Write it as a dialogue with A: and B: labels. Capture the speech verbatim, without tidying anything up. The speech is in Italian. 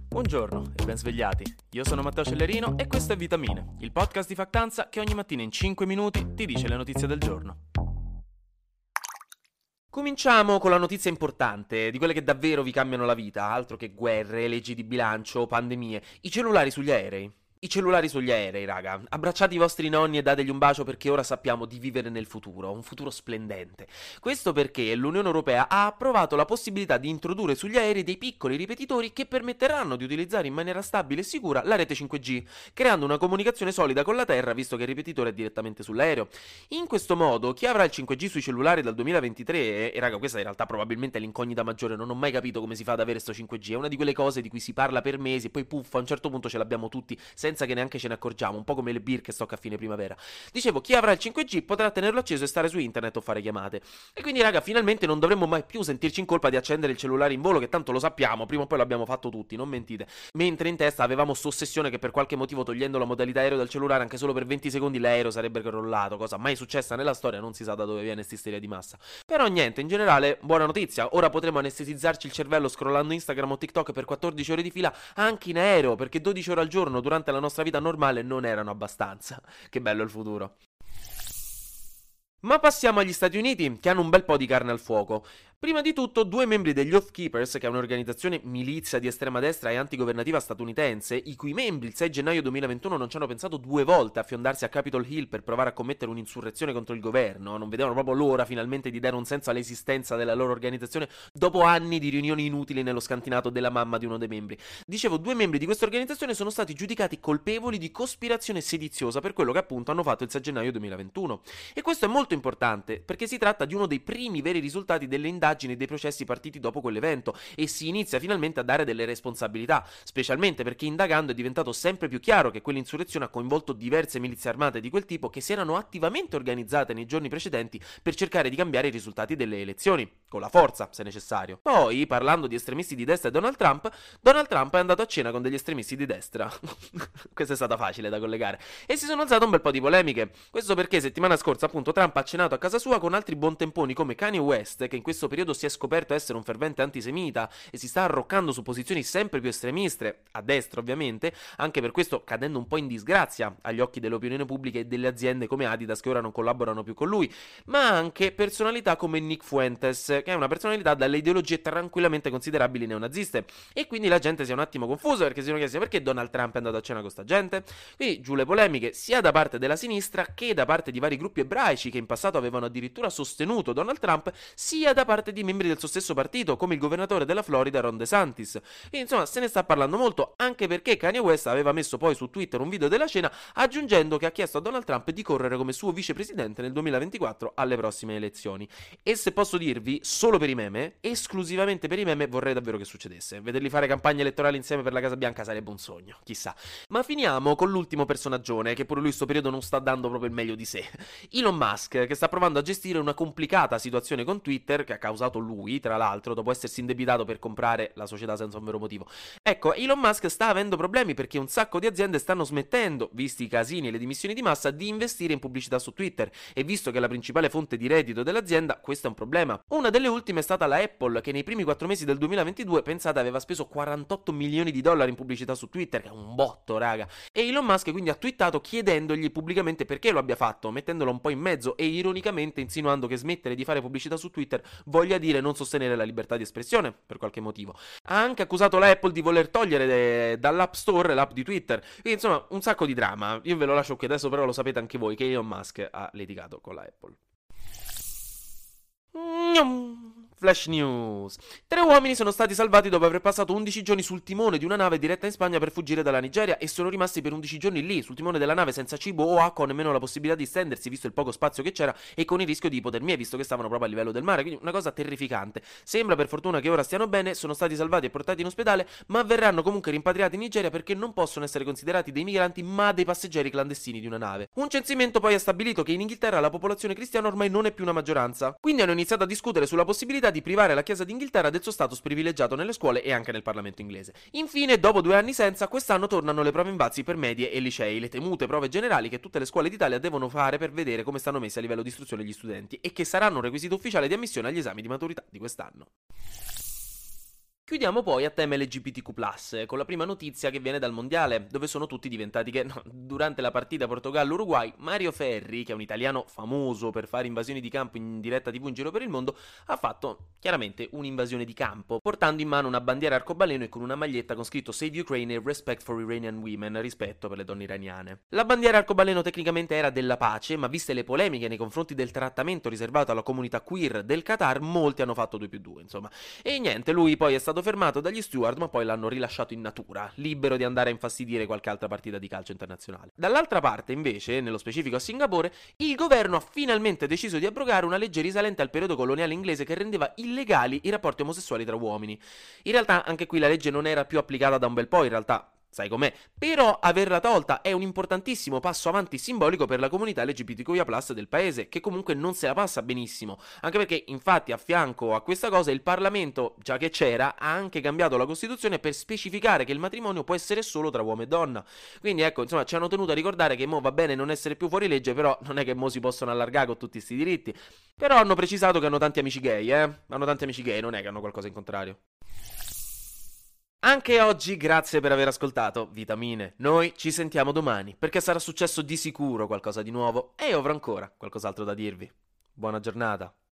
A: Buongiorno e ben svegliati. Io sono Matteo Cellerino e questo è Vitamine, il podcast di Factanza che ogni mattina in cinque minuti ti dice le notizie del giorno. Cominciamo con la notizia importante, di quelle che davvero vi cambiano la vita, altro che guerre, leggi di bilancio, pandemie, i cellulari sugli aerei. I cellulari sugli aerei, raga. Abbracciate i vostri nonni e dategli un bacio perché ora sappiamo di vivere nel futuro, un futuro splendente. Questo perché l'Unione Europea ha approvato la possibilità di introdurre sugli aerei dei piccoli ripetitori che permetteranno di utilizzare in maniera stabile e sicura la rete cinque G, creando una comunicazione solida con la Terra visto che il ripetitore è direttamente sull'aereo. In questo modo, chi avrà il cinque G sui cellulari dal duemilaventitré, e raga, questa in realtà probabilmente è l'incognita maggiore, non ho mai capito come si fa ad avere sto cinque G, è una di quelle cose di cui si parla per mesi e poi puff, a un certo punto ce l'abbiamo tutti senza che neanche ce ne accorgiamo, un po' come le birche stock a fine primavera. Dicevo, chi avrà il cinque G potrà tenerlo acceso e stare su internet o fare chiamate. E quindi, raga, finalmente non dovremmo mai più sentirci in colpa di accendere il cellulare in volo, che tanto lo sappiamo, prima o poi l'abbiamo fatto tutti, non mentite. Mentre in testa avevamo sta ossessione che per qualche motivo, togliendo la modalità aereo dal cellulare anche solo per venti secondi, l'aereo sarebbe crollato, cosa mai successa nella storia, non si sa da dove viene quest'isteria di massa. Però niente, in generale, buona notizia, ora potremo anestetizzarci il cervello scrollando Instagram o TikTok per quattordici ore di fila anche in aereo, perché dodici ore al giorno durante la nostra vita normale non erano abbastanza. Che bello il futuro. Ma passiamo agli Stati Uniti, che hanno un bel po' di carne al fuoco. Prima di tutto, due membri degli Oath Keepers, che è un'organizzazione milizia di estrema destra e antigovernativa statunitense, i cui membri il sei gennaio duemilaventuno non ci hanno pensato due volte a fiondarsi a Capitol Hill per provare a commettere un'insurrezione contro il governo, non vedevano proprio l'ora finalmente di dare un senso all'esistenza della loro organizzazione dopo anni di riunioni inutili nello scantinato della mamma di uno dei membri. Dicevo, due membri di questa organizzazione sono stati giudicati colpevoli di cospirazione sediziosa per quello che appunto hanno fatto il sei gennaio duemilaventuno. E questo è molto importante, perché si tratta di uno dei primi veri risultati delle indagini e dei processi partiti dopo quell'evento e si inizia finalmente a dare delle responsabilità, specialmente perché indagando è diventato sempre più chiaro che quell'insurrezione ha coinvolto diverse milizie armate di quel tipo che si erano attivamente organizzate nei giorni precedenti per cercare di cambiare i risultati delle elezioni, con la forza se necessario. Poi, parlando di estremisti di destra e Donald Trump, Donald Trump è andato a cena con degli estremisti di destra. Questa è stata facile da collegare. E si sono alzate un bel po' di polemiche. Questo perché settimana scorsa appunto Trump ha cenato a casa sua con altri buontemponi come Kanye West, che in questo periodo si è scoperto essere un fervente antisemita e si sta arroccando su posizioni sempre più estremiste, a destra ovviamente, anche per questo cadendo un po' in disgrazia agli occhi dell'opinione pubblica e delle aziende come Adidas che ora non collaborano più con lui, ma anche personalità come Nick Fuentes, che è una personalità dalle ideologie tranquillamente considerabili neonaziste. E quindi la gente si è un attimo confusa perché si sono chiesti perché Donald Trump è andato a cena con sta gente. Quindi giù le polemiche sia da parte della sinistra che da parte di vari gruppi ebraici che in passato avevano addirittura sostenuto Donald Trump, sia da parte di membri del suo stesso partito, come il governatore della Florida Ron DeSantis. E insomma se ne sta parlando molto, anche perché Kanye West aveva messo poi su Twitter un video della cena aggiungendo che ha chiesto a Donald Trump di correre come suo vicepresidente nel duemilaventiquattro alle prossime elezioni. E se posso dirvi, solo per i meme, esclusivamente per i meme, vorrei davvero che succedesse. Vederli fare campagna elettorale insieme per la Casa Bianca sarebbe un sogno, chissà. Ma finiamo con l'ultimo personaggione, che pure lui in sto periodo non sta dando proprio il meglio di sé. Elon Musk, che sta provando a gestire una complicata situazione con Twitter, che ha causato lui, tra l'altro, dopo essersi indebitato per comprare la società senza un vero motivo. Ecco, Elon Musk sta avendo problemi perché un sacco di aziende stanno smettendo, visti i casini e le dimissioni di massa, di investire in pubblicità su Twitter. E visto che è la principale fonte di reddito dell'azienda, questo è un problema. Una delle ultime è stata la Apple, che nei primi quattro mesi del duemilaventidue, pensate, aveva speso quarantotto milioni di dollari in pubblicità su Twitter, che è un botto, raga. E Elon Musk quindi ha twittato chiedendogli pubblicamente perché lo abbia fatto, mettendolo un po' in mezzo e ironicamente insinuando che smettere di fare pubblicità su Twitter voglia dire non sostenere la libertà di espressione, per qualche motivo. Ha anche accusato la Apple di voler togliere de- dall'App Store l'app di Twitter. Quindi insomma, un sacco di drama. Io ve lo lascio qui adesso, però lo sapete anche voi che Elon Musk ha litigato con la Apple. Flash News. Tre uomini sono stati salvati dopo aver passato undici giorni sul timone di una nave diretta in Spagna per fuggire dalla Nigeria e sono rimasti per undici giorni lì, sul timone della nave, senza cibo o acqua o nemmeno la possibilità di stendersi, visto il poco spazio che c'era, e con il rischio di ipotermia, visto che stavano proprio a livello del mare, quindi una cosa terrificante. Sembra per fortuna che ora stiano bene, sono stati salvati e portati in ospedale, ma verranno comunque rimpatriati in Nigeria perché non possono essere considerati dei migranti, ma dei passeggeri clandestini di una nave. Un censimento poi ha stabilito che in Inghilterra la popolazione cristiana ormai non è più una maggioranza, quindi hanno iniziato a discutere sulla possibilità di privare la Chiesa d'Inghilterra del suo status privilegiato nelle scuole e anche nel Parlamento inglese. Infine, dopo due anni senza, quest'anno tornano le prove Invalsi per medie e licei, le temute prove generali che tutte le scuole d'Italia devono fare per vedere come stanno messi a livello di istruzione gli studenti e che saranno un requisito ufficiale di ammissione agli esami di maturità di quest'anno. Chiudiamo poi a tema L G B T Q plus, con la prima notizia che viene dal mondiale, dove sono tutti diventati che no, durante la partita Portogallo-Uruguay, Mario Ferri, che è un italiano famoso per fare invasioni di campo in diretta tivù in giro per il mondo, ha fatto chiaramente un'invasione di campo, portando in mano una bandiera arcobaleno e con una maglietta con scritto Save Ukraine e Respect for Iranian Women, rispetto per le donne iraniane. La bandiera arcobaleno tecnicamente era della pace, ma viste le polemiche nei confronti del trattamento riservato alla comunità queer del Qatar, molti hanno fatto due più due, insomma. E niente, lui poi è stato fermato dagli steward, ma poi l'hanno rilasciato in natura, libero di andare a infastidire qualche altra partita di calcio internazionale. Dall'altra parte, invece, nello specifico a Singapore, il governo ha finalmente deciso di abrogare una legge risalente al periodo coloniale inglese che rendeva illegali i rapporti omosessuali tra uomini. In realtà anche qui la legge non era più applicata da un bel po', in realtà sai com'è, però averla tolta è un importantissimo passo avanti simbolico per la comunità L G B T Q I A plus del paese, che comunque non se la passa benissimo, anche perché infatti a fianco a questa cosa il Parlamento, già che c'era, ha anche cambiato la Costituzione per specificare che il matrimonio può essere solo tra uomo e donna. Quindi ecco, insomma, ci hanno tenuto a ricordare che mo va bene non essere più fuori legge, però non è che mo si possono allargare con tutti questi diritti. Però hanno precisato che hanno tanti amici gay, eh? Hanno tanti amici gay, non è che hanno qualcosa in contrario. Anche oggi grazie per aver ascoltato Vitamine. Noi ci sentiamo domani, perché sarà successo di sicuro qualcosa di nuovo e io avrò ancora qualcos'altro da dirvi. Buona giornata.